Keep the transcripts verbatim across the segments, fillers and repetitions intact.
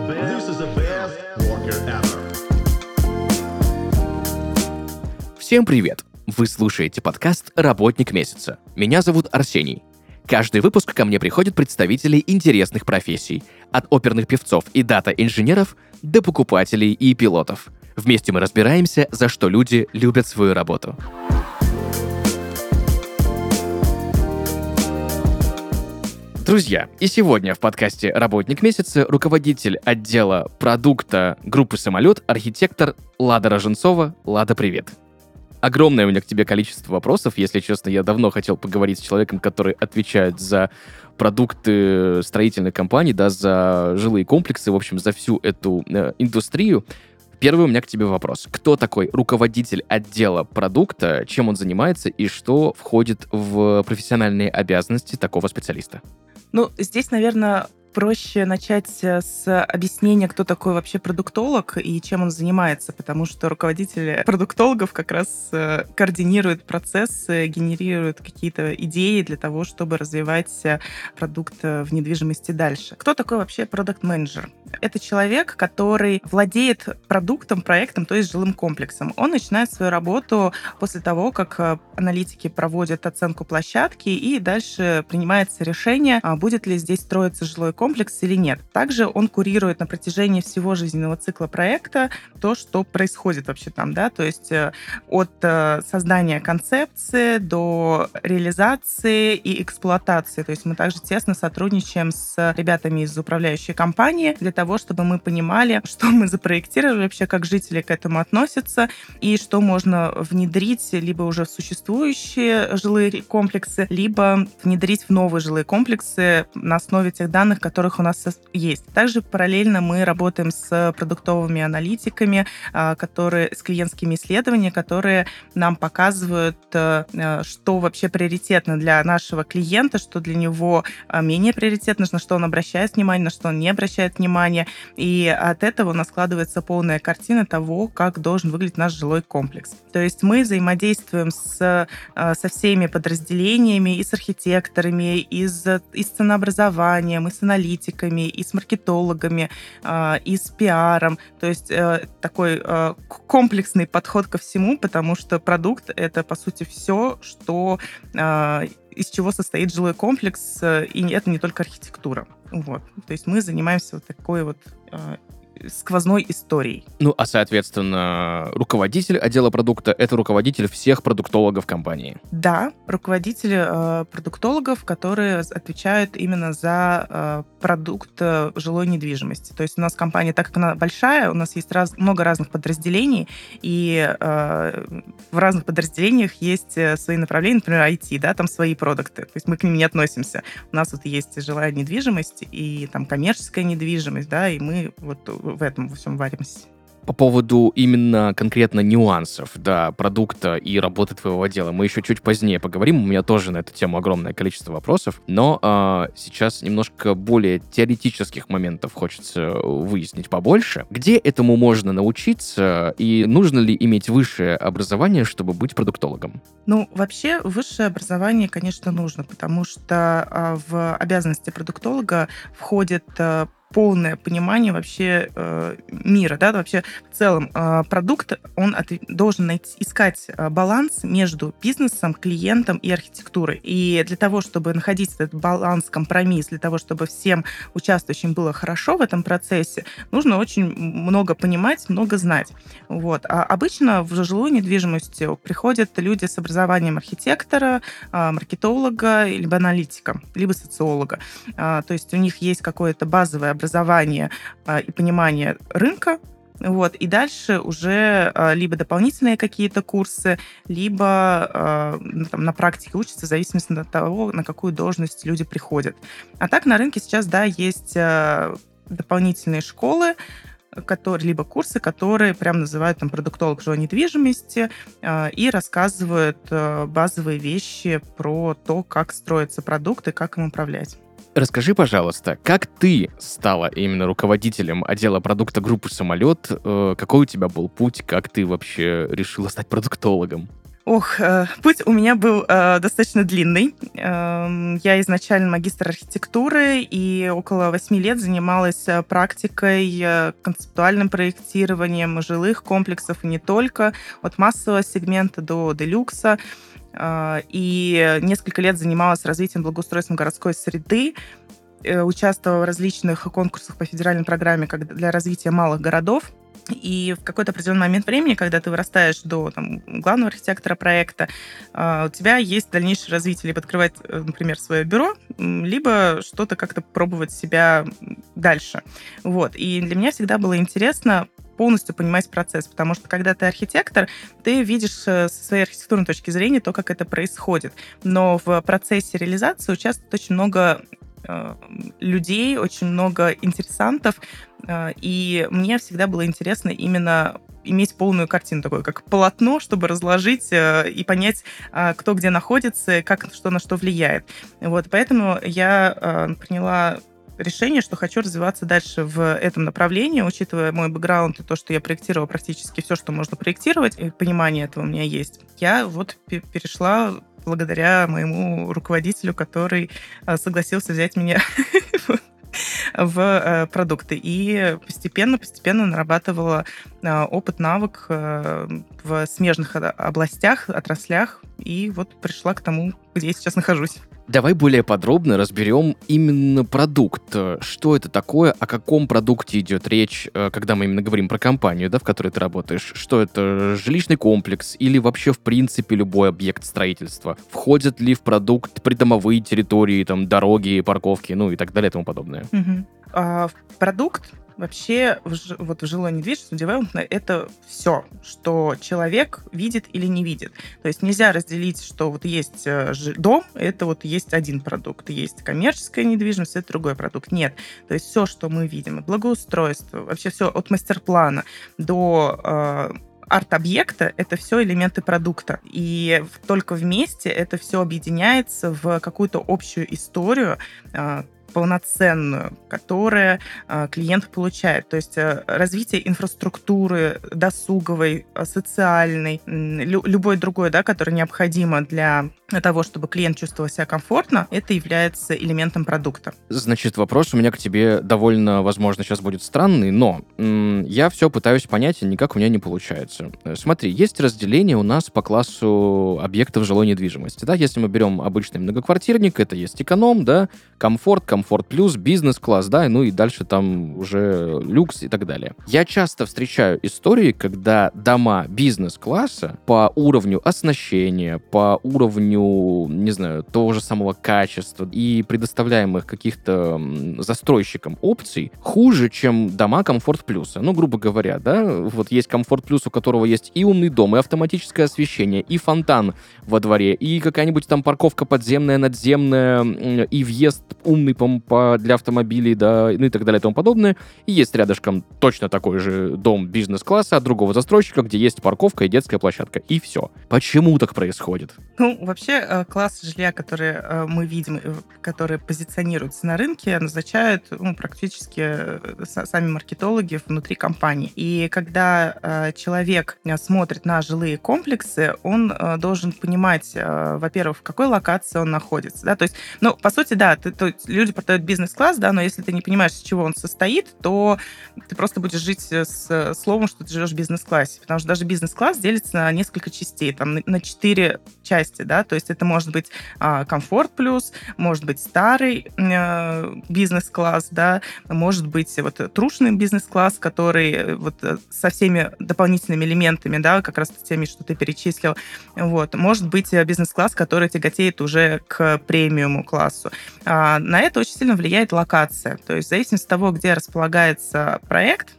This is the best worker ever. Всем привет! Вы слушаете подкаст «Работник месяца». Меня зовут Арсений. Каждый выпуск ко мне приходят представители интересных профессий, от оперных певцов и дата-инженеров до покупателей и пилотов. Вместе мы разбираемся, за что люди любят свою работу. Друзья, и сегодня в подкасте «Работник месяца» руководитель отдела продукта группы «Самолет», архитектор Лада Роженцова. Лада, привет! Огромное у меня к тебе количество вопросов. Если честно, я давно хотел поговорить с человеком, который отвечает за продукты строительных компаний, да, за жилые комплексы, в общем, за всю эту э, индустрию. Первый у меня к тебе вопрос. Кто такой руководитель отдела продукта, чем он занимается и что входит в профессиональные обязанности такого специалиста? Ну, здесь, наверное, проще начать с объяснения, кто такой вообще продуктолог и чем он занимается, потому что руководители продуктологов как раз координируют процессы, генерируют какие-то идеи для того, чтобы развивать продукт в недвижимости дальше. Кто такой вообще продакт-менеджер? Это человек, который владеет продуктом, проектом, то есть жилым комплексом. Он начинает свою работу после того, как аналитики проводят оценку площадки, и дальше принимается решение, будет ли здесь строиться жилой комплекс или нет. Также он курирует на протяжении всего жизненного цикла проекта то, что происходит вообще там, да, то есть от создания концепции до реализации и эксплуатации. То есть мы также тесно сотрудничаем с ребятами из управляющей компании для того, чтобы мы понимали, что мы запроектировали вообще, как жители к этому относятся, и что можно внедрить либо уже в существующие жилые комплексы, либо внедрить в новые жилые комплексы на основе тех данных, которых у нас есть. Также параллельно мы работаем с продуктовыми аналитиками, которые, с клиентскими исследованиями, которые нам показывают, что вообще приоритетно для нашего клиента, что для него менее приоритетно, на что он обращает внимание, на что он не обращает внимания. И от этого у нас складывается полная картина того, как должен выглядеть наш жилой комплекс. То есть мы взаимодействуем с, со всеми подразделениями, и с архитекторами, и с, и с ценообразованием, и с аналитиками, и с маркетологами, и с пиаром. То есть такой комплексный подход ко всему, потому что продукт — это, по сути, все, что... из чего состоит жилой комплекс, и это не только архитектура. Вот. То есть мы занимаемся вот такой вот э, сквозной историей. Ну, а, соответственно, руководитель отдела продукта — это руководитель всех продуктологов компании. Да, руководители э, продуктологов, которые отвечают именно за э, продукт э, жилой недвижимости. То есть у нас компания, так как она большая, у нас есть раз, много разных подразделений, и э, в разных подразделениях есть свои направления, например, ай ти, да, там свои продукты. То есть мы к ним не относимся. У нас вот есть жилая недвижимость и там коммерческая недвижимость, да, и мы вот в этом во всем варимся. По поводу именно конкретно нюансов, да, продукта и работы твоего отдела мы еще чуть позднее поговорим. У меня тоже на эту тему огромное количество вопросов, но э, сейчас немножко более теоретических моментов хочется выяснить побольше. Где этому можно научиться и нужно ли иметь высшее образование, чтобы быть продуктологом? Ну, вообще высшее образование, конечно, нужно, потому что э, в обязанности продуктолога входит э, полное понимание вообще э, мира, да, вообще в целом э, продукт, он от, должен найти, искать э, баланс между бизнесом, клиентом и архитектурой. И для того, чтобы находить этот баланс, компромисс, для того, чтобы всем участвующим было хорошо в этом процессе, нужно очень много понимать, много знать. Вот. А обычно в жилую недвижимость приходят люди с образованием архитектора, э, маркетолога, либо аналитика, либо социолога. Э, то есть у них есть какое-то базовое образование э, и понимание рынка, вот, и дальше уже э, либо дополнительные какие-то курсы, либо э, там, на практике учатся в зависимости от того, на какую должность люди приходят. А так на рынке сейчас, да, есть э, дополнительные школы, которые, либо курсы, которые прям называют там продуктолог жилой недвижимости э, и рассказывают э, базовые вещи про то, как строится продукт и как им управлять. Расскажи, пожалуйста, как ты стала именно руководителем отдела продукта группы «Самолет»? Какой у тебя был путь? Как ты вообще решила стать продуктологом? Ох, э, путь у меня был э, достаточно длинный. Эм, я изначально магистр архитектуры и около восьми лет занималась э, практикой, э, концептуальным проектированием жилых комплексов и не только, от массового сегмента до делюкса. Э, и несколько лет занималась развитием благоустройством городской среды, э, участвовала в различных конкурсах по федеральной программе как для развития малых городов. И в какой-то определенный момент времени, когда ты вырастаешь до там, главного архитектора проекта, у тебя есть дальнейшее развитие, либо открывать, например, свое бюро, либо что-то как-то пробовать себя дальше. Вот. И для меня всегда было интересно полностью понимать процесс, потому что когда ты архитектор, ты видишь со своей архитектурной точки зрения то, как это происходит. Но в процессе реализации участвует очень много людей, очень много интересантов, и мне всегда было интересно именно иметь полную картину, такое как полотно, чтобы разложить и понять, кто где находится, как что на что влияет. Вот, поэтому я приняла решение, что хочу развиваться дальше в этом направлении, учитывая мой бэкграунд и то, что я проектировала практически все, что можно проектировать, и понимание этого у меня есть. Я вот перешла благодаря моему руководителю, который согласился взять меня в продукты. И постепенно-постепенно нарабатывала опыт, навык в смежных областях, отраслях, и вот пришла к тому, где я сейчас нахожусь. Давай более подробно разберем именно продукт. Что это такое, о каком продукте идет речь, когда мы именно говорим про компанию, да, в которой ты работаешь? Что это, жилищный комплекс или вообще, в принципе, любой объект строительства? Входят ли в продукт придомовые территории, там, дороги, парковки, ну и так далее и тому подобное? Угу. А, продукт вообще в, вот в жилой недвижимости, девелопмент, это все, что человек видит или не видит. То есть нельзя разделить, что вот есть дом, это вот есть один продукт, есть коммерческая недвижимость, это другой продукт. Нет. То есть все, что мы видим, благоустройство, вообще все от мастер-плана до э, арт-объекта, это все элементы продукта. И только вместе это все объединяется в какую-то общую историю, э, полноценную, которую э, клиент получает. То есть э, развитие инфраструктуры досуговой, э, социальной, э, лю- любой другой, да, который необходимо для того, чтобы клиент чувствовал себя комфортно, это является элементом продукта. Значит, вопрос у меня к тебе довольно, возможно, сейчас будет странный, но м- я все пытаюсь понять, и никак у меня не получается. Смотри, есть разделение у нас по классу объектов жилой недвижимости. Да? Если мы берем обычный многоквартирник, это есть эконом, да, комфорт, комфорт плюс, бизнес-класс, да, ну и дальше там уже люкс и так далее. Я часто встречаю истории, когда дома бизнес-класса по уровню оснащения, по уровню, не знаю, того же самого качества и предоставляемых каких-то застройщикам опций хуже, чем дома комфорт плюса. Ну, грубо говоря, да, вот есть комфорт плюс, у которого есть и умный дом, и автоматическое освещение, и фонтан во дворе, и какая-нибудь там парковка подземная, надземная, и въезд умный по, для автомобилей, да, ну и так далее и тому подобное. И есть рядышком точно такой же дом бизнес-класса от другого застройщика, где есть парковка и детская площадка. И все. Почему так происходит? Ну, вообще, класс жилья, который мы видим, который позиционируется на рынке, назначают ну, практически сами маркетологи внутри компании. И когда человек смотрит на жилые комплексы, он должен понимать, во-первых, в какой локации он находится. Да? То есть, ну, по сути, да, ты, то есть люди продают бизнес-класс, да, но если ты не понимаешь, из чего он состоит, то ты просто будешь жить с словом, что ты живешь в бизнес-классе. Потому что даже бизнес-класс делится на несколько частей, там, на четыре части, да, то есть это может быть а, комфорт плюс, может быть старый э, бизнес-класс, да, может быть вот трушный бизнес-класс, который вот со всеми дополнительными элементами, да, как раз теми, что ты перечислил, вот, может быть бизнес-класс, который тяготеет уже к премиуму классу. А, на это очень сильно влияет локация, то есть в зависимости от того, где располагается проект,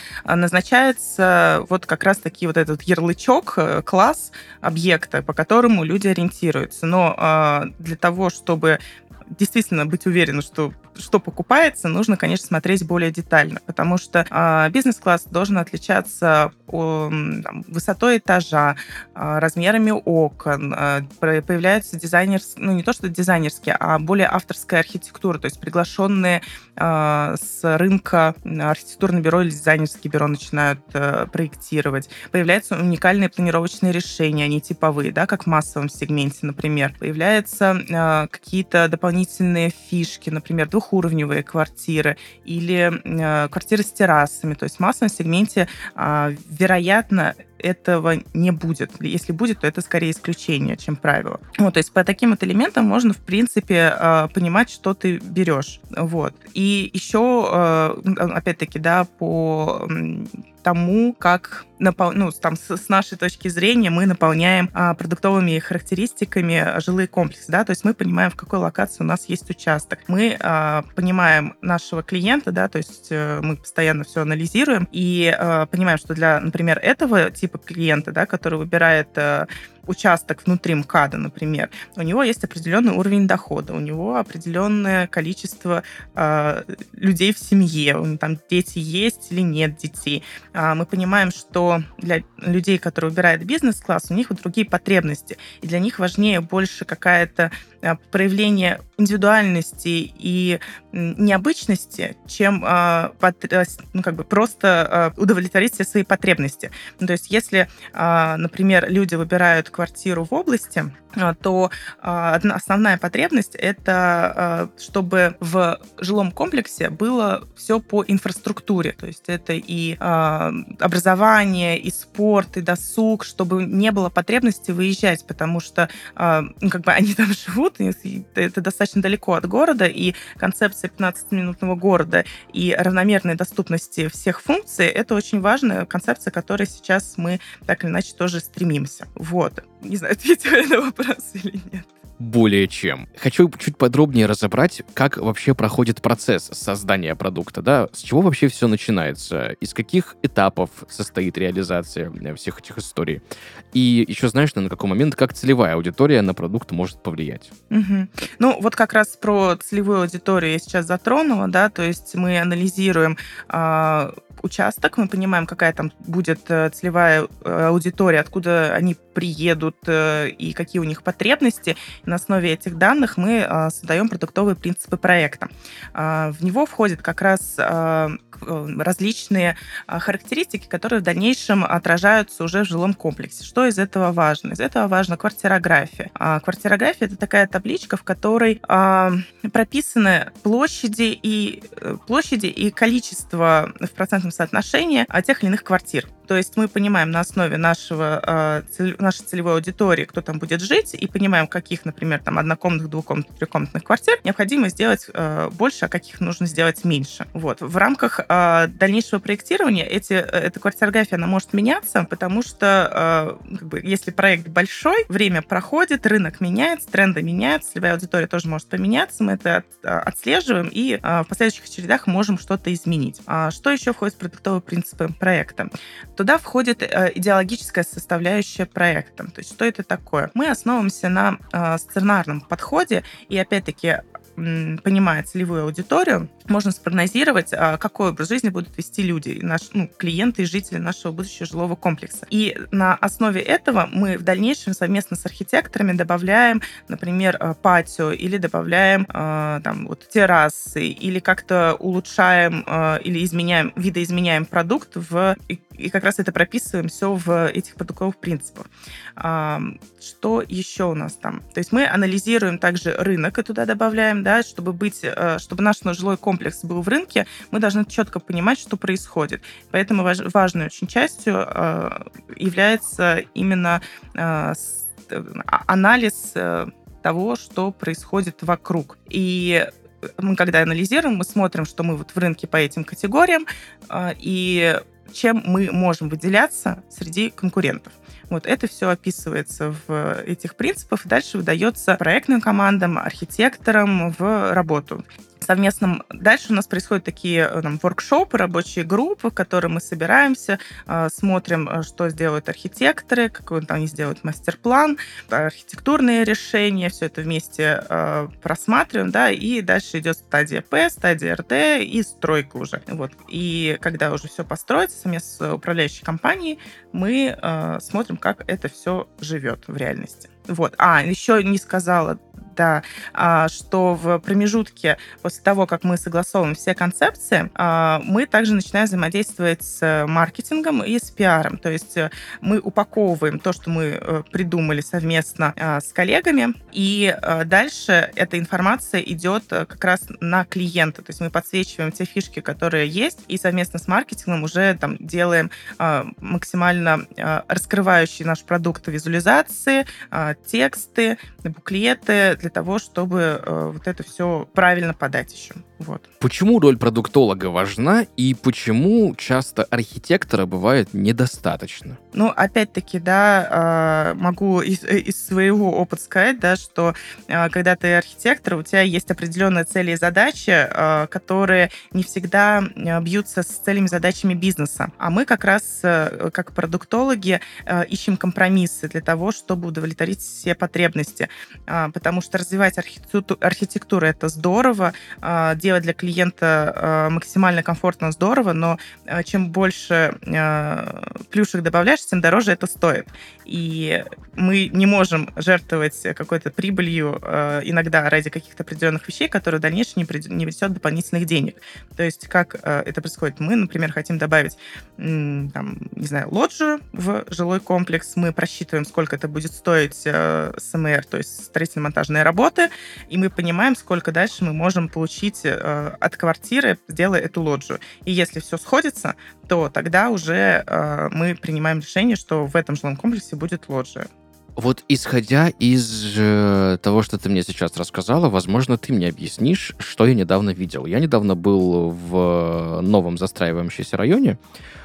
назначается вот как раз-таки вот этот ярлычок, класс объекта, по которому люди ориентируются. Но для того, чтобы действительно быть уверенным, что что покупается, нужно, конечно, смотреть более детально, потому что э, бизнес-класс должен отличаться о, там, высотой этажа, э, размерами окон, э, появляются дизайнерские, ну не то что дизайнерские, а более авторская архитектура, то есть приглашенные э, с рынка архитектурное бюро или дизайнерские бюро начинают э, проектировать. Появляются уникальные планировочные решения, они типовые, да, как в массовом сегменте, например. Появляются э, какие-то дополнительные фишки, например, двухуровневые квартиры или э, квартиры с террасами. То есть в массовом сегменте, э, вероятно, этого не будет. Если будет, то это скорее исключение, чем правило. Вот, то есть по таким вот элементам можно, в принципе, э, понимать, что ты берешь. Вот. И еще, э, опять-таки, да, по тому, как напол... ну, там, с, с нашей точки зрения мы наполняем а, продуктовыми характеристиками жилые комплексы. Да? То есть мы понимаем, в какой локации у нас есть участок. Мы а, понимаем нашего клиента, да, то есть а, мы постоянно все анализируем и а, понимаем, что для, например, этого типа клиента, да, который выбирает а, участок внутри МКАДа, например, у него есть определенный уровень дохода, у него определенное количество э, людей в семье, у него там дети есть или нет детей. А мы понимаем, что для людей, которые выбирают бизнес-класс, у них вот другие потребности, и для них важнее больше какая-то проявление индивидуальности и необычности, чем ну, как бы просто удовлетворить все свои потребности. Ну, то есть если, например, люди выбирают квартиру в области, то основная потребность — это чтобы в жилом комплексе было все по инфраструктуре. То есть это и образование, и спорт, и досуг, чтобы не было потребности выезжать, потому что ну, как бы они там живут, это достаточно далеко от города, и концепция пятнадцатиминутного города и равномерной доступности всех функций — это очень важная концепция, к которой сейчас мы так или иначе тоже стремимся. Вот. Не знаю, ответила я на вопрос или нет. Более чем. Хочу чуть подробнее разобрать, как вообще проходит процесс создания продукта, да? С чего вообще все начинается? Из каких этапов состоит реализация всех этих историй? И еще знаешь, на какой момент, как целевая аудитория на продукт может повлиять? Угу. Ну, вот как раз про целевую аудиторию я сейчас затронула, да, то есть мы анализируем э, участок, мы понимаем, какая там будет целевая аудитория, откуда они приедут э, и какие у них потребности. И на основе этих данных мы э, создаем продуктовые принципы проекта. Э, в него входят как раз э, различные э, характеристики, которые в дальнейшем отражаются уже в жилом комплексе. Что из этого важно? Из этого важна квартирография. А квартирография — это такая табличка, в которой э, прописаны площади и, площади и количество в процентном соотношении тех или иных квартир. То есть мы понимаем на основе нашего, э, нашей целевой аудитории, кто там будет жить, и понимаем, каких, например, там однокомнатных, двухкомнатных, трехкомнатных квартир необходимо сделать э, больше, а каких нужно сделать меньше. Вот. В рамках э, дальнейшего проектирования эти, эта квартирография, она может меняться, потому что э, как бы, если проект большой, время проходит, рынок меняется, тренды меняются, целевая аудитория тоже может поменяться, мы это от, отслеживаем и э, в последующих очередях можем что-то изменить. А что еще входит в продуктовые принципы проекта? Туда входит э, идеологическая составляющая проекта. То есть что это такое? Мы основываемся на э, сценарном подходе и, опять-таки, м, понимая целевую аудиторию, можно спрогнозировать, э, какой образ жизни будут вести люди, наш, ну, клиенты и жители нашего будущего жилого комплекса. И на основе этого мы в дальнейшем совместно с архитекторами добавляем, например, э, патио или добавляем э, там, вот, террасы или как-то улучшаем э, или изменяем, видоизменяем продукт в... И, и как раз это прописываем все в этих продуктовых принципах. А, что еще у нас там? То есть мы анализируем также рынок и туда добавляем, да, чтобы быть, чтобы наш жилой комплекс был в рынке, мы должны четко понимать, что происходит. Поэтому важ, важной очень частью а, является именно а, с, анализ а, того, что происходит вокруг. И мы, когда анализируем, мы смотрим, что мы вот в рынке по этим категориям, а, и чем мы можем выделяться среди конкурентов. Вот это все описывается в этих принципах, и дальше выдается проектным командам, архитекторам в работу. совместном... Дальше у нас происходят такие там, воркшопы, рабочие группы, в которые мы собираемся, смотрим, что сделают архитекторы, какой там они сделают мастер-план, архитектурные решения, все это вместе просматриваем, да, и дальше идет стадия П, стадия Р Д и стройка уже. Вот. И когда уже все построится совместно с управляющей компанией, мы смотрим, как это все живет в реальности. Вот. А, еще не сказала, да, что в промежутке после того, как мы согласовываем все концепции, мы также начинаем взаимодействовать с маркетингом и с пиаром. То есть мы упаковываем то, что мы придумали совместно с коллегами, и дальше эта информация идет как раз на клиента. То есть мы подсвечиваем те фишки, которые есть, и совместно с маркетингом уже там делаем максимально раскрывающие наш продукт визуализации, тексты, буклеты для того, чтобы э, вот это все правильно подать еще. Вот. Почему роль продуктолога важна и почему часто архитектора бывает недостаточно? Ну, опять-таки, да, могу из, из своего опыта сказать, да, что когда ты архитектор, у тебя есть определенные цели и задачи, которые не всегда бьются с целями и задачами бизнеса. А мы как раз, как продуктологи, ищем компромиссы для того, чтобы удовлетворить все потребности. Потому что развивать архитектуру, архитектуру это здорово, делать для клиента максимально комфортно здорово, но чем больше плюшек добавляешь, тем дороже это стоит. И мы не можем жертвовать какой-то прибылью иногда ради каких-то определенных вещей, которые в дальнейшем не несет дополнительных денег. То есть как это происходит? Мы, например, хотим добавить, там, не знаю, лоджию в жилой комплекс, мы просчитываем, сколько это будет стоить эс эм эр, то есть строительно-монтажные работы, и мы понимаем, сколько дальше мы можем получить от квартиры, делая эту лоджию. И если все сходится, то тогда уже мы принимаем решение, что в этом жилом комплексе будет лоджия. Вот исходя из э, того, что ты мне сейчас рассказала, возможно, ты мне объяснишь, что я недавно видел. Я недавно был в новом застраивающемся районе,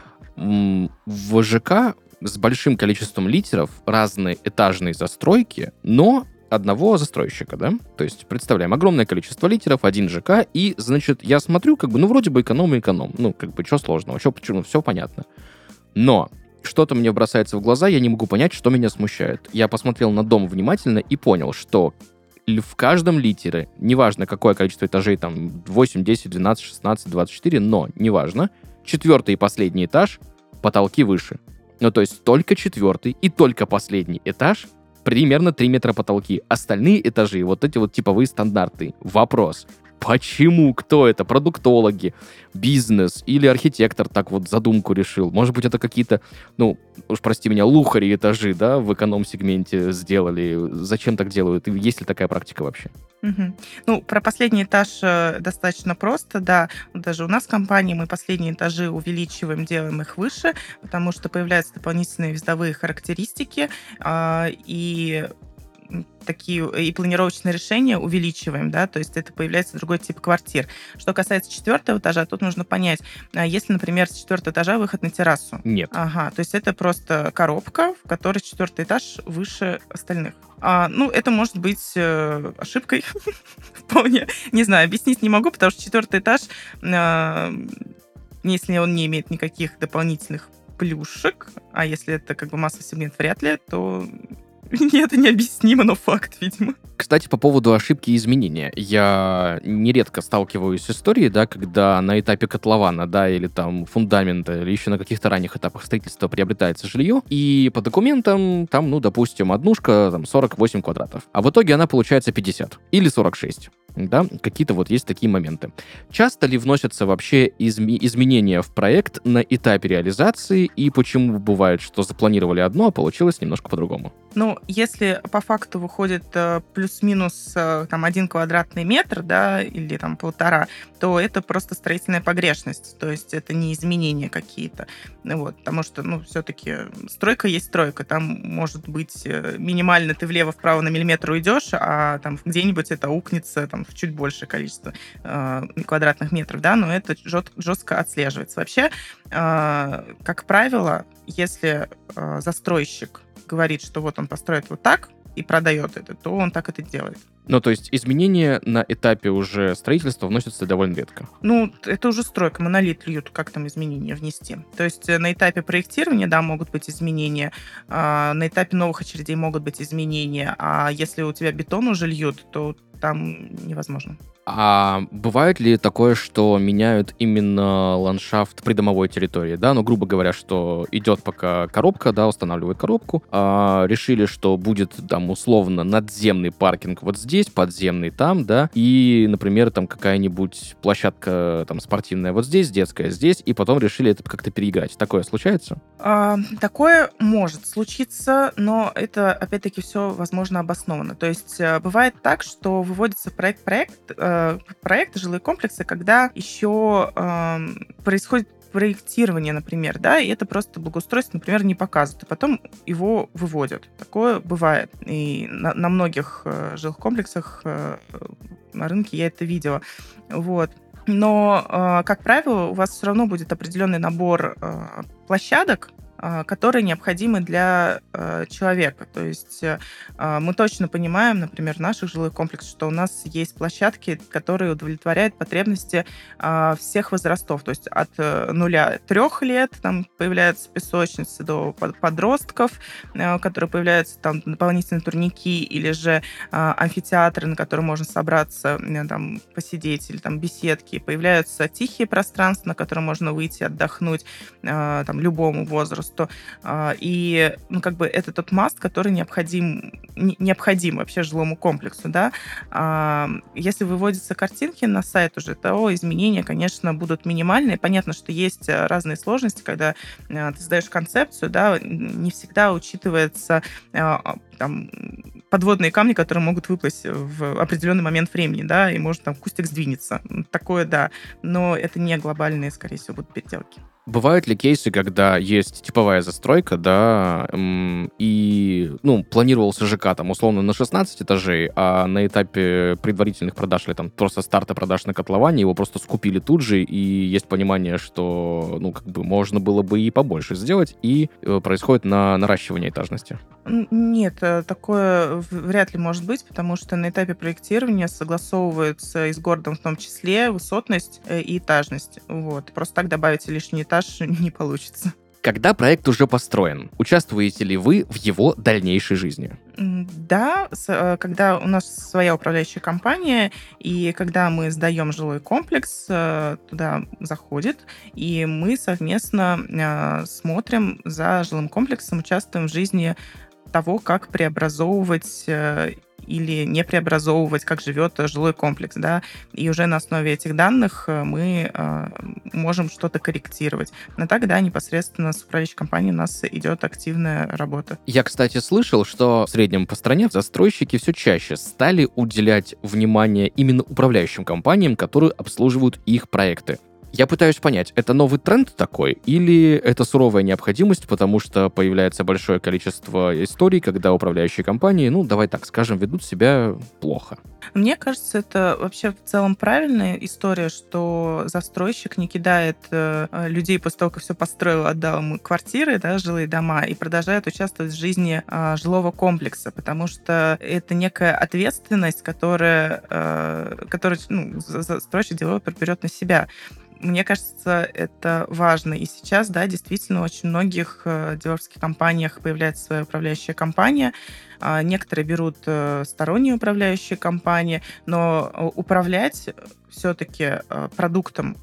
в ЖК с большим количеством литеров, разные этажные застройки, но одного застройщика, да? То есть, представляем, огромное количество литеров, один ЖК, и, значит, я смотрю, как бы, ну, вроде бы эконом и эконом. Ну, как бы, что сложного, что, почему, все понятно. Но что-то мне бросается в глаза, я не могу понять, что меня смущает. Я посмотрел на дом внимательно и понял, что в каждом литере, неважно, какое количество этажей, там, восемь, десять, двенадцать, шестнадцать, двадцать четыре, но неважно, четвертый и последний этаж, потолки выше. Ну, то есть только четвертый и только последний этаж примерно три метра потолки. Остальные этажи, вот эти вот типовые стандарты. Вопрос. Почему? Кто это? Продуктологи, бизнес или архитектор так вот задумку решил? Может быть, это какие-то, ну, уж прости меня, лухари этажи, да, в эконом-сегменте сделали. Зачем так делают? И есть ли такая практика вообще? Угу. Ну, про последний этаж достаточно просто, да. Даже у нас в компании мы последние этажи увеличиваем, делаем их выше, потому что появляются дополнительные визовые характеристики, и такие и планировочные решения увеличиваем, да, то есть это появляется другой тип квартир. Что касается четвертого этажа, тут нужно понять, если, например, с четвертого этажа выход на террасу. Нет. Ага, то есть это просто коробка, в которой четвертый этаж выше остальных. А, ну, это может быть э, ошибкой вполне. Не знаю, объяснить не могу, потому что четвертый этаж, э, если он не имеет никаких дополнительных плюшек, а если это как бы массовый сегмент, вряд ли, то это необъяснимо, но факт, видимо. Кстати, по поводу ошибки и изменения. Я нередко сталкиваюсь с историей, да, когда на этапе котлована, да, или там фундамента, или еще на каких-то ранних этапах строительства приобретается жилье, и по документам там, ну, допустим, однушка, там, сорок восемь квадратов. А в итоге она получается пятьдесят или сорок шесть. Да, какие-то вот есть такие моменты. Часто ли вносятся вообще изме- изменения в проект на этапе реализации, и почему бывает, что запланировали одно, а получилось немножко по-другому? Ну, если по факту выходит э, плюс-минус э, там один квадратный метр, да, или там полтора, то это просто строительная погрешность, то есть это не изменения какие-то, вот, потому что, ну, все-таки стройка есть стройка, там может быть э, минимально ты влево-вправо на миллиметр уйдешь, а там где-нибудь это укнется там в чуть большее количество э, квадратных метров, да, но это жест, жестко отслеживается. Вообще, э, как правило, если э, застройщик говорит, что вот он построит вот так, и продает это, то он так это делает. Ну, то есть изменения на этапе уже строительства вносятся довольно редко. Ну, это уже стройка, монолит льют, как там изменения внести. То есть на этапе проектирования, да, могут быть изменения, а, на этапе новых очередей могут быть изменения, а если у тебя бетон уже льют, то там невозможно. А бывает ли такое, что меняют именно ландшафт придомовой территории, да? Ну, грубо говоря, что идет пока коробка, да, устанавливают коробку, а решили, что будет там условно надземный паркинг вот здесь, подземный там, да, и, например, там какая-нибудь площадка там спортивная вот здесь, детская здесь, и потом решили это как-то переиграть. Такое случается? А, такое может случиться, но это, опять-таки, все, возможно, обосновано. То есть э, бывает так, что выводится проект-проект, э, проект жилые комплексы, когда еще э, происходит проектирование, например, да, и это просто благоустройство, например, не показывают, и потом его выводят. Такое бывает. И на, на многих э, жилых комплексах э, на рынке я это видела. Вот. Но, э, как правило, у вас все равно будет определенный набор э, площадок, э, которые необходимы для э, человека. То есть э, мы точно понимаем, например, в наших жилых комплексах, что у нас есть площадки, которые удовлетворяют потребности э, всех возрастов. То есть от э, нуля трех лет там появляются песочницы до под- подростков, э, которые появляются там дополнительные турники или же э, амфитеатры, на которые можно собраться, э, там, посидеть, или там беседки. Появляются тихие пространства, на которые можно выйти, отдохнуть э, там, любому возрасту. Э, и ну, как бы это тот маст, который необходим, не- необходим вообще жилому комплексу. Да? А, если выводятся картинки на сайт уже, то изменения, конечно, будут минимальные. Понятно, что есть э, разные сложности, когда э, ты сдаешь концепцию, да, не всегда учитывается э, там, подводные камни, которые могут выплыть в определенный момент времени, да, и может там кустик сдвинется. Такое, да. Но это не глобальные, скорее всего, будут переделки. Бывают ли кейсы, когда есть типовая застройка, да, м, и, ну, планировался ЖК там условно на шестнадцать этажей, а на этапе предварительных продаж или там просто старта продаж на котловане его просто скупили тут же, и есть понимание, что, ну, как бы можно было бы и побольше сделать, и э, происходит на наращивание этажности? Н- Нет, э, такое в- вряд ли может быть, потому что на этапе проектирования согласовываются и с городом в том числе высотность э, и этажность. Вот. Просто так добавить лишний этаж не получится. Когда проект уже построен, участвуете ли вы в его дальнейшей жизни? М, Да, с- э, когда у нас своя управляющая компания, и когда мы сдаем жилой комплекс, э, туда заходит, и мы совместно э, смотрим за жилым комплексом, участвуем в жизни того, как преобразовывать э, или не преобразовывать, как живет э, жилой комплекс, да, и уже на основе этих данных э, мы э, можем что-то корректировать. Но тогда непосредственно с управляющей компанией у нас идет активная работа. Я, кстати, слышал, что в среднем по стране застройщики все чаще стали уделять внимание именно управляющим компаниям, которые обслуживают их проекты. Я пытаюсь понять, это новый тренд такой, или это суровая необходимость, потому что появляется большое количество историй, когда управляющие компании, ну, давай так скажем, ведут себя плохо. Мне кажется, это вообще в целом правильная история, что застройщик не кидает э, э, людей после того, как все построил, отдал им квартиры, да, жилые дома, и продолжает участвовать в жизни э, жилого комплекса, потому что это некая ответственность, которая, э, которую ну, за- застройщик девелопер берет на себя. Мне кажется, это важно. И сейчас, да, действительно, в очень многих э, девелоперских компаниях появляется своя управляющая компания. А, Некоторые берут э, сторонние управляющие компании, но э, управлять все-таки продуктом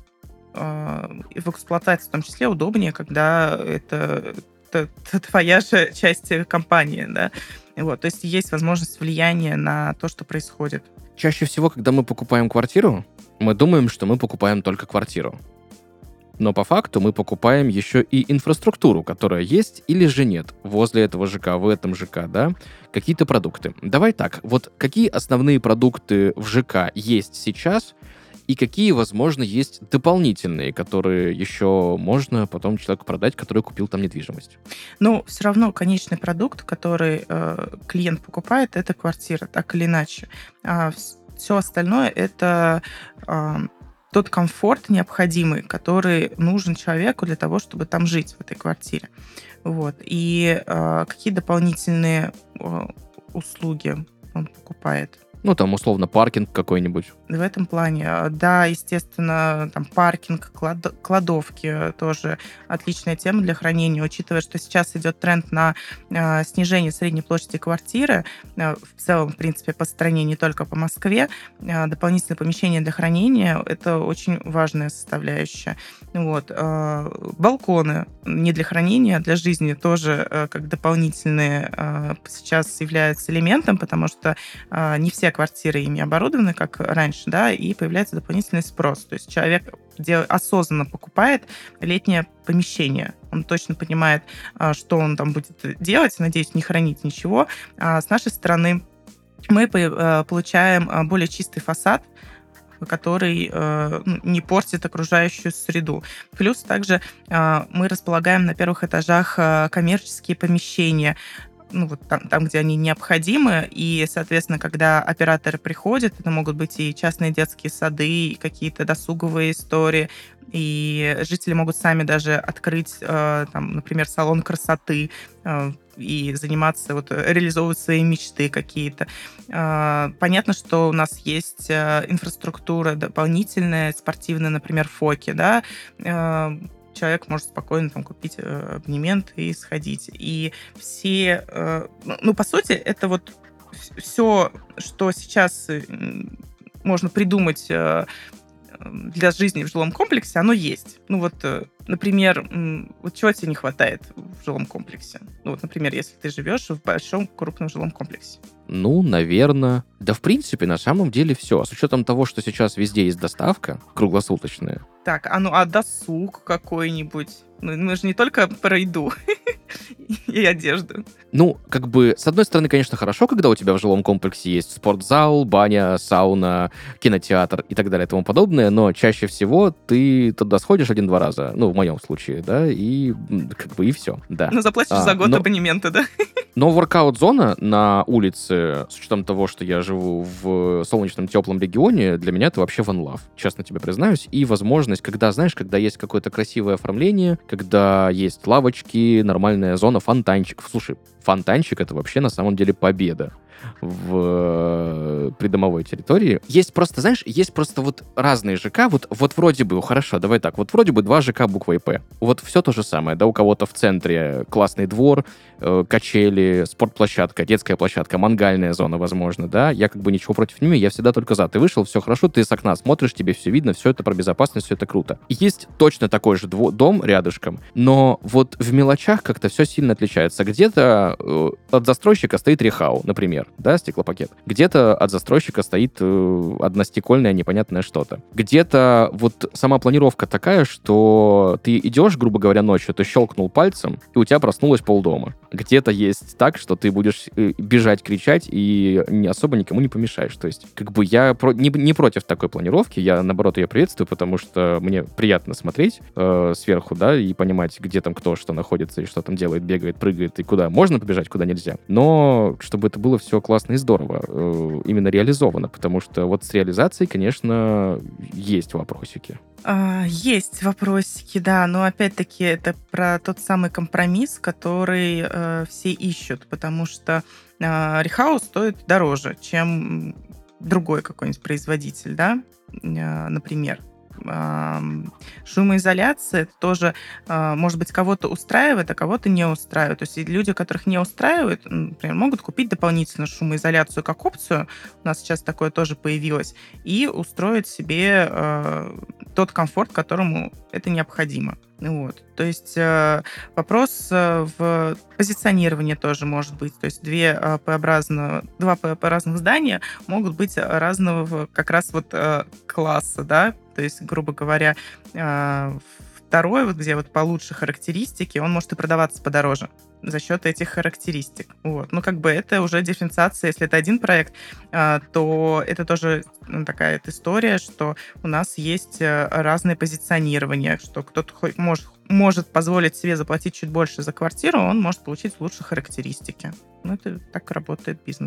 э, в эксплуатации в том числе удобнее, когда это т- т- твоя же часть компании, да. Вот, то есть есть возможность влияния на то, что происходит. Чаще всего, когда мы покупаем квартиру, мы думаем, что мы покупаем только квартиру. Но по факту мы покупаем еще и инфраструктуру, которая есть или же нет возле этого ЖК, в этом ЖК, да, какие-то продукты. Давай так, вот какие основные продукты в ЖК есть сейчас, и какие, возможно, есть дополнительные, которые еще можно потом человеку продать, который купил там недвижимость? Но все равно конечный продукт, который э, клиент покупает, это квартира, так или иначе. А все остальное это э, тот комфорт необходимый, который нужен человеку для того, чтобы там жить в этой квартире. Вот. И э, какие дополнительные э, услуги он покупает. Ну, там, условно, паркинг какой-нибудь. В этом плане, э, да, естественно, там паркинг, клад- кладовки тоже отличная тема для хранения, учитывая, что сейчас идет тренд на э, снижение средней площади квартиры, э, в целом, в принципе, по стране, не только по Москве, э, дополнительные помещения для хранения — это очень важная составляющая. Вот. э, балконы не для хранения, а для жизни тоже э, как дополнительные э, сейчас являются элементом, потому что э, не все квартиры ими оборудованы, как раньше, да, и появляется дополнительный спрос. То есть человек дел- осознанно покупает летнее помещение. Он точно понимает, а, что он там будет делать, надеюсь, не хранить ничего. А с нашей стороны мы по- э, получаем а, более чистый фасад, который э, ну, не портит окружающую среду. Плюс также э, мы располагаем на первых этажах э, коммерческие помещения, ну, вот там, там, где они необходимы, и, соответственно, когда операторы приходят, это могут быть и частные детские сады, и какие-то досуговые истории, и жители могут сами даже открыть, э, там, например, салон красоты, э, и заниматься, вот, реализовывать свои мечты какие-то. Э, понятно, что у нас есть э, инфраструктура дополнительная, спортивная, например, Фоки, да, э, человек может спокойно там купить э, абонемент и сходить. И все, э, ну, ну, по сути, это вот все, что сейчас э, м, можно придумать э, для жизни в жилом комплексе, оно есть. Ну вот, э, например, м, вот чего тебе не хватает в жилом комплексе? Ну вот, например, если ты живешь в большом крупном жилом комплексе. Ну, наверное. Да, в принципе, на самом деле все. С учетом того, что сейчас везде есть доставка круглосуточная. Так, а ну а досуг какой-нибудь? Ну, мы же не только про еду и одежду. Ну, как бы, с одной стороны, конечно, хорошо, когда у тебя в жилом комплексе есть спортзал, баня, сауна, кинотеатр и так далее и тому подобное, но чаще всего ты туда сходишь один-два раза, ну, в моем случае, да, и м, как бы и все, да. Ну, заплатишь А, за год но- абонемента, да? Но воркаут-зона на улице, с учетом того, что я живу в солнечном теплом регионе, для меня это вообще one love, честно тебе признаюсь. И возможность, когда, знаешь, когда есть какое-то красивое оформление, когда есть лавочки, нормальная зона, фонтанчик. Слушай, фонтанчик — это вообще на самом деле победа в э, придомовой территории. Есть просто, знаешь, есть просто вот разные ЖК, вот, вот вроде бы, хорошо, давай так, вот вроде бы два ЖК буквой П. Вот все то же самое, да, у кого-то в центре классный двор, э, качели, спортплощадка, детская площадка, мангальная зона, возможно, да, я как бы ничего против нее, я всегда только за. Ты вышел, все хорошо, ты с окна смотришь, тебе все видно, все это про безопасность, все это круто. И есть точно такой же дво- дом рядышком, но вот в мелочах как-то все сильно отличается. Где-то э, от застройщика стоит рехау, например, да, стеклопакет. Где-то от застройщика стоит э, одностекольное непонятное что-то. Где-то вот сама планировка такая, что ты идешь, грубо говоря, ночью, ты щелкнул пальцем, и у тебя проснулось полдома. Где-то есть так, что ты будешь э, бежать, кричать, и не особо никому не помешаешь. То есть, как бы я про- не, не против такой планировки, я, наоборот, ее приветствую, потому что мне приятно смотреть э, сверху, да, и понимать, где там кто что находится, и что там делает, бегает, прыгает, и куда можно побежать, куда нельзя. Но чтобы это было все классно и здорово, э, именно реализовано, потому что вот с реализацией, конечно, есть вопросики. А, Есть вопросики, да, но опять-таки это про тот самый компромисс, который э, все ищут, потому что э, рехаус стоит дороже, чем другой какой-нибудь производитель, да, Э, например. Ам, Шумоизоляция это тоже, а, может быть, кого-то устраивает, а кого-то не устраивает. То есть и люди, которых не устраивает, м, например, могут купить дополнительно шумоизоляцию как опцию, у нас сейчас такое тоже появилось, и устроить себе э, тот комфорт, которому это необходимо. Вот. То есть э, вопрос э, в позиционировании тоже может быть. То есть две э, П-образно- два П-образных здания могут быть разного как раз вот э, класса, да. То есть, грубо говоря, э, второй, вот где вот получше характеристики, он может и продаваться подороже за счет этих характеристик. Вот. Ну, как бы это уже дифференциация. Если это один проект, э, то это тоже ну, такая вот история, что у нас есть э, разное позиционирование, что кто-то хоть может, может позволить себе заплатить чуть больше за квартиру, он может получить лучше характеристики. Ну, это так работает бизнес.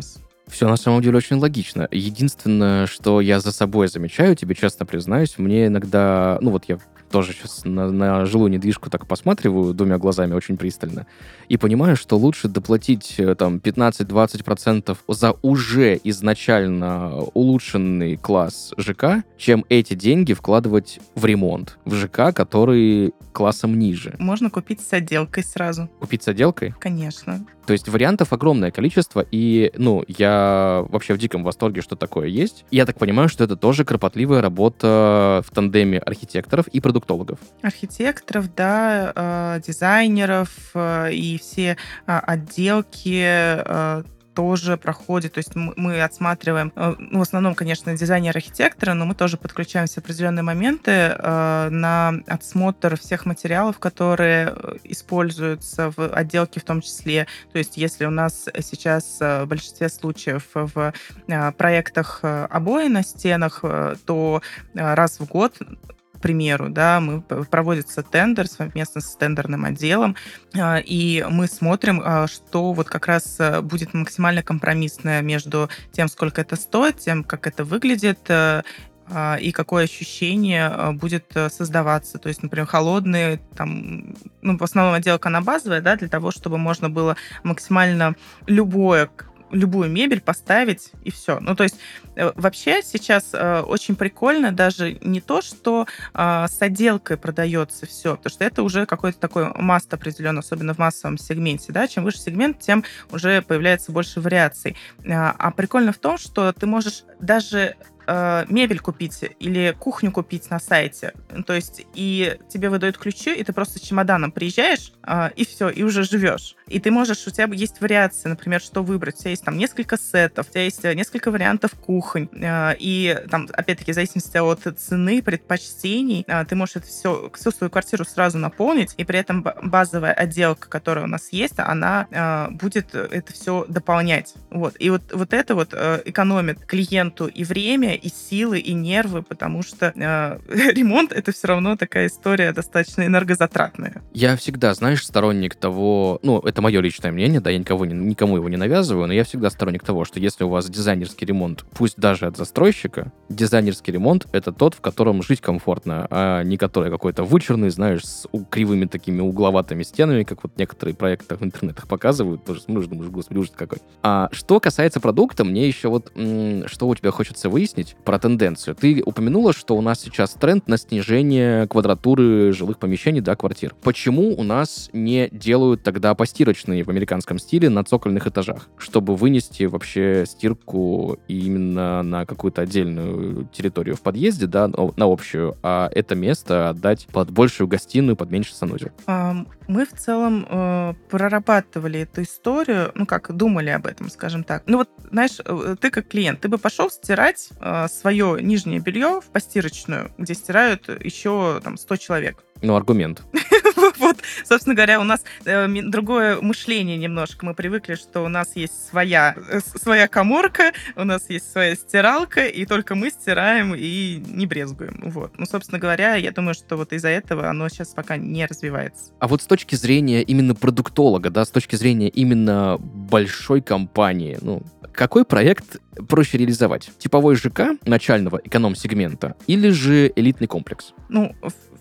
Все на самом деле очень логично. Единственное, что я за собой замечаю, тебе честно признаюсь, мне иногда, ну вот я тоже сейчас на, на жилую недвижку так посматриваю двумя глазами очень пристально и понимаю, что лучше доплатить э, там пятнадцать двадцать процентов за уже изначально улучшенный класс ЖК, чем эти деньги вкладывать в ремонт, в ЖК, который классом ниже. Можно купить с отделкой сразу. Купить с отделкой? Конечно. То есть вариантов огромное количество, и, ну, я вообще в диком восторге, что такое есть. Я так понимаю, что это тоже кропотливая работа в тандеме архитекторов и продуктологов. Архитекторов, да, э, дизайнеров э, и все э, отделки э, тоже проходит. То есть мы, мы отсматриваем, э, ну, в основном, конечно, дизайнер-архитектора, но мы тоже подключаемся в определенные моменты э, на отсмотр всех материалов, которые э, используются в отделке в том числе. То есть если у нас сейчас э, в большинстве случаев в э, проектах э, обои на стенах, э, то э, раз в год, к примеру, да, мы проводится тендер совместно с тендерным отделом, э, и мы смотрим, э, что вот как раз э, будет максимально компромиссное между тем, сколько это стоит, тем, как это выглядит, э, а, и какое ощущение а, будет э, создаваться. То есть, например, холодные, там, ну, в основном отделка она базовая, да, для того, чтобы можно было максимально любое к- любую мебель поставить, и все. Ну, то есть, э, вообще сейчас э, очень прикольно даже не то, что а, с отделкой продается все, потому что это уже какой-то такой маст определенный, особенно в массовом сегменте, да, чем выше сегмент, тем уже появляется больше вариаций. А, а прикольно в том, что ты можешь даже э, мебель купить или кухню купить на сайте. То есть и тебе выдают ключи, и ты просто с чемоданом приезжаешь, э, и все, и уже живешь. И ты можешь, у тебя есть вариации, например, что выбрать. У тебя есть там несколько сетов, у тебя есть э, несколько вариантов кухонь. Э, и там, опять-таки, в зависимости от цены, предпочтений, э, ты можешь это все, всю свою квартиру сразу наполнить, и при этом б- базовая отделка, которая у нас есть, она э, будет это все дополнять. Вот. И вот, вот это вот э, экономит клиенту и время, и силы, и нервы, потому что э, ремонт — это все равно такая история достаточно энергозатратная. Я всегда, знаешь, сторонник того, ну, это мое личное мнение, да, я никого, не- никому его не навязываю, но я всегда сторонник того, что если у вас дизайнерский ремонт, пусть даже от застройщика, дизайнерский ремонт — это тот, в котором жить комфортно, а не который какой-то вычурный, знаешь, с у- кривыми такими угловатыми стенами, как вот некоторые проекты в интернетах показывают, тоже смотришь, думаешь, господи, ужас какой. А что касается продукта, мне еще вот, м, что у тебя хочется выяснить про тенденцию. Ты упомянула, что у нас сейчас тренд на снижение квадратуры жилых помещений, да, квартир. Почему у нас не делают тогда постирочные в американском стиле на цокольных этажах, чтобы вынести вообще стирку именно на какую-то отдельную территорию в подъезде, да, на на общую, а это место отдать под большую гостиную, под меньший санузел? Ам, Мы в целом э, прорабатывали эту историю, ну как, думали об этом, скажем так. Ну вот, знаешь, э, ты как клиент, ты бы пошел стирать свое нижнее белье в постирочную, где стирают еще там сто человек. Ну, аргумент. Вот, собственно говоря, у нас э, ми- другое мышление немножко. Мы привыкли, что у нас есть своя, э, с- своя каморка, у нас есть своя стиралка, и только мы стираем и не брезгуем. Вот. Ну, собственно говоря, я думаю, что вот из-за этого оно сейчас пока не развивается. А вот с точки зрения именно продуктолога, да, с точки зрения именно большой компании, ну, какой проект проще реализовать? Типовой ЖК начального эконом-сегмента или же элитный комплекс? Ну,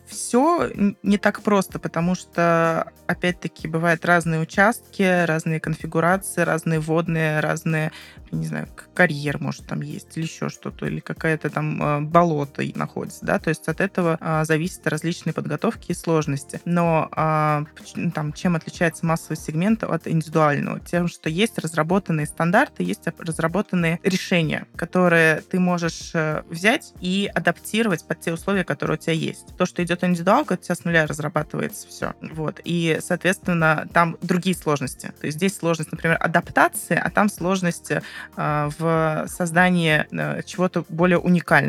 все не так просто, потому что, опять-таки, бывают разные участки, разные конфигурации, разные водные, разные, я не знаю, к- карьер, может, там есть, или еще что-то, или какая-то там э, болото и находится, да, то есть от этого а, зависят различные подготовки и сложности. Но а, поч- ну, там, чем отличается массовый сегмент от индивидуального? Тем, что есть разработанные стандарты, есть оп- разработанные решения, которые ты можешь э, взять и адаптировать под те условия, которые у тебя есть. То, что идет индивидуалка, у тебя с нуля разрабатывается все. Вот. И, соответственно, там другие сложности. То есть здесь сложность, например, адаптации, а там сложность э, в создании э, чего-то более уникального.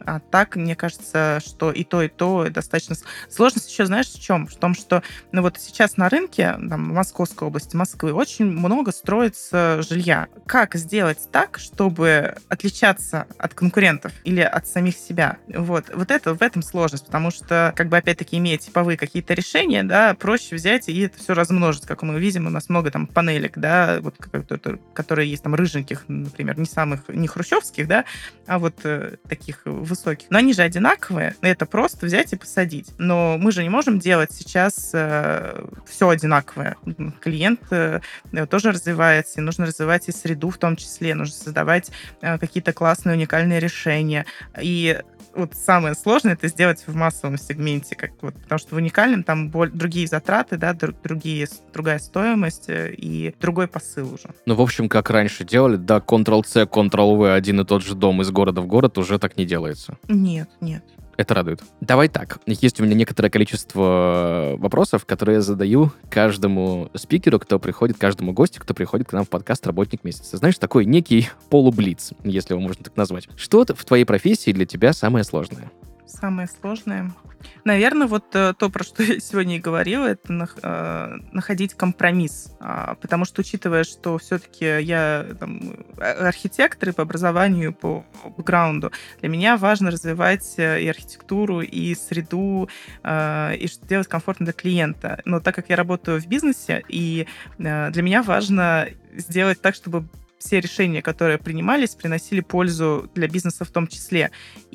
А так, мне кажется, что и то, и то достаточно... с- Сложность еще, знаешь, в чем? В том, что ну вот сейчас на рынке, там, в Московской области, Москвы, очень много строится жилья. Как сделать так, чтобы отличаться от конкурентов или от самих себя? Вот, вот это, в этом сложность, потому что, как бы, опять-таки, имея типовые какие-то решения, да, проще взять и это все размножить. Как мы видим, у нас много там панелек, да, вот, которые есть там рыженьких, например, не самых, не хрущевских, да, а вот э, таких высоких. Но они же одинаковые, это просто взять и посадить. Но мы же не можем делать сейчас э, все одинаковое. Клиент э, тоже развивается, и нужно развивать и среду в том числе, нужно создавать э, какие-то классные, уникальные решения. И вот самое сложное это сделать в массовом сегменте, как вот, потому что в уникальном там боль, другие затраты, да, друг, другие, другая стоимость э, и другой посыл уже. Ну, в общем, как раньше делали, да, контрол-C, контрол-V, один и тот же дом из города в город, уже так не делается. Нет, нет. Это радует. Давай так. Есть у меня некоторое количество вопросов, которые я задаю каждому спикеру, кто приходит, каждому гостю, кто приходит к нам в подкаст «Работник месяца». Знаешь, такой некий полублиц, если его можно так назвать. Что в твоей профессии для тебя самое сложное? Самое сложное. Наверное, вот э, то, про что я сегодня и говорила, это нах- э, находить компромисс. А, потому что, учитывая, что все-таки я там, а- архитектор и по образованию, по бэкграунду, для меня важно развивать э, и архитектуру, и среду, э, и что делать комфортно для клиента. Но так как я работаю в бизнесе, и э, для меня важно сделать так, чтобы все решения, которые принимались, приносили пользу для бизнеса в том числе.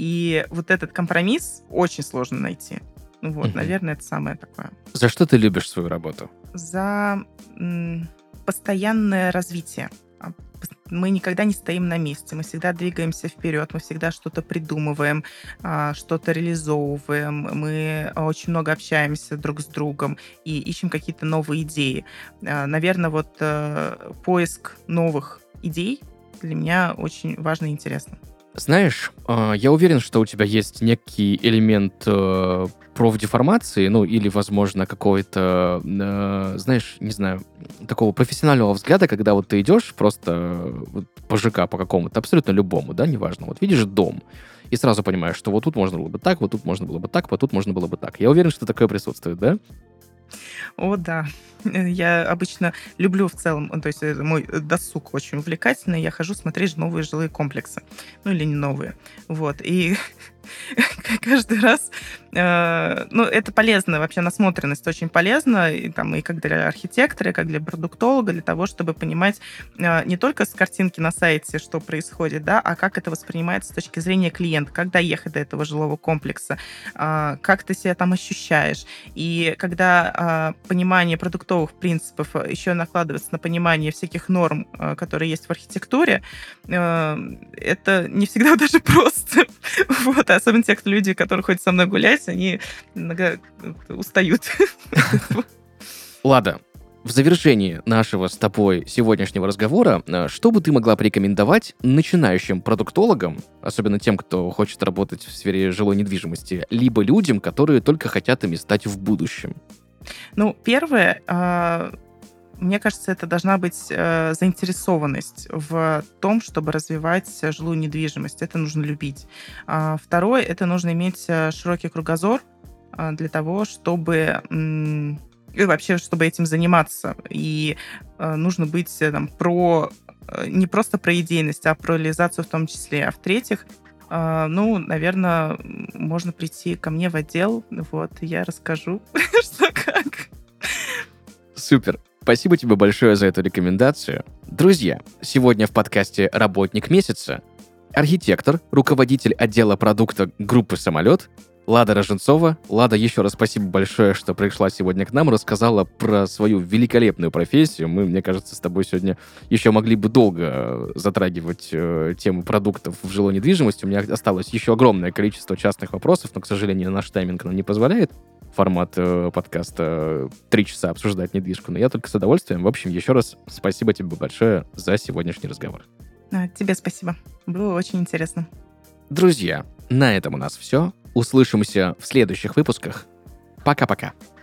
И вот этот компромисс очень сложно найти. Ну вот, Мгм. наверное, это самое такое. За что ты любишь свою работу? За м, постоянное развитие. А, пос- Мы никогда не стоим на месте, мы всегда двигаемся вперед, мы всегда что-то придумываем, а, что-то реализовываем, мы очень много общаемся друг с другом и ищем какие-то новые идеи. Наверное, вот э, поиск новых идей для меня очень важно и интересно. Знаешь, э, я уверен, что у тебя есть некий элемент э, профдеформации, ну, или, возможно, какой-то, э, знаешь, не знаю, такого профессионального взгляда, когда вот ты идешь просто э, вот по ЖК, по какому-то, абсолютно любому, да, неважно, вот видишь дом, и сразу понимаешь, что вот тут можно было бы так, вот тут можно было бы так, вот тут можно было бы так. Я уверен, что такое присутствует, да? О, да. Я обычно люблю в целом, ну, то есть э, мой досуг очень увлекательный, я хожу смотреть новые жилые комплексы. Ну, или не новые. Вот. И каждый раз, э, ну, это полезно, вообще насмотренность очень полезна, и, там, и как для архитектора, и как для продуктолога, для того, чтобы понимать э, не только с картинки на сайте, что происходит, да, а как это воспринимается с точки зрения клиента, как доехать до этого жилого комплекса, э, как ты себя там ощущаешь. И когда э, понимание продуктовых принципов еще накладывается на понимание всяких норм, э, которые есть в архитектуре, э, это не всегда даже просто. Вот, особенно те, кто люди, которые ходят со мной гулять, они иногда устают. Лада, в завершении нашего с тобой сегодняшнего разговора, э, что бы ты могла порекомендовать начинающим продуктологам, особенно тем, кто хочет работать в сфере жилой недвижимости, либо людям, которые только хотят ими стать в будущем? Ну, первое, а, мне кажется, это должна быть э, заинтересованность в том, чтобы развивать жилую недвижимость. Это нужно любить. А второе, это нужно иметь э, широкий кругозор а, для того, чтобы м, и вообще, чтобы этим заниматься. И э, нужно быть э, там, про э, не просто про идейность, а про реализацию в том числе. А в-третьих, э, ну, наверное, можно прийти ко мне в отдел, вот, и я расскажу, что как. Супер. Спасибо тебе большое за эту рекомендацию. Друзья, сегодня в подкасте «Работник месяца» архитектор, руководитель отдела продукта группы «Самолет» Лада Роженцова. Лада, еще раз спасибо большое, что пришла сегодня к нам, рассказала про свою великолепную профессию. Мы, мне кажется, с тобой сегодня еще могли бы долго затрагивать э, тему продуктов в жилой недвижимости. У меня осталось еще огромное количество частных вопросов, но, к сожалению, наш тайминг нам не позволяет формат э, подкаста три часа обсуждать недвижку, но я только с удовольствием. В общем, еще раз спасибо тебе большое за сегодняшний разговор. А, Тебе спасибо. Было очень интересно. Друзья, на этом у нас все. Услышимся в следующих выпусках. Пока-пока.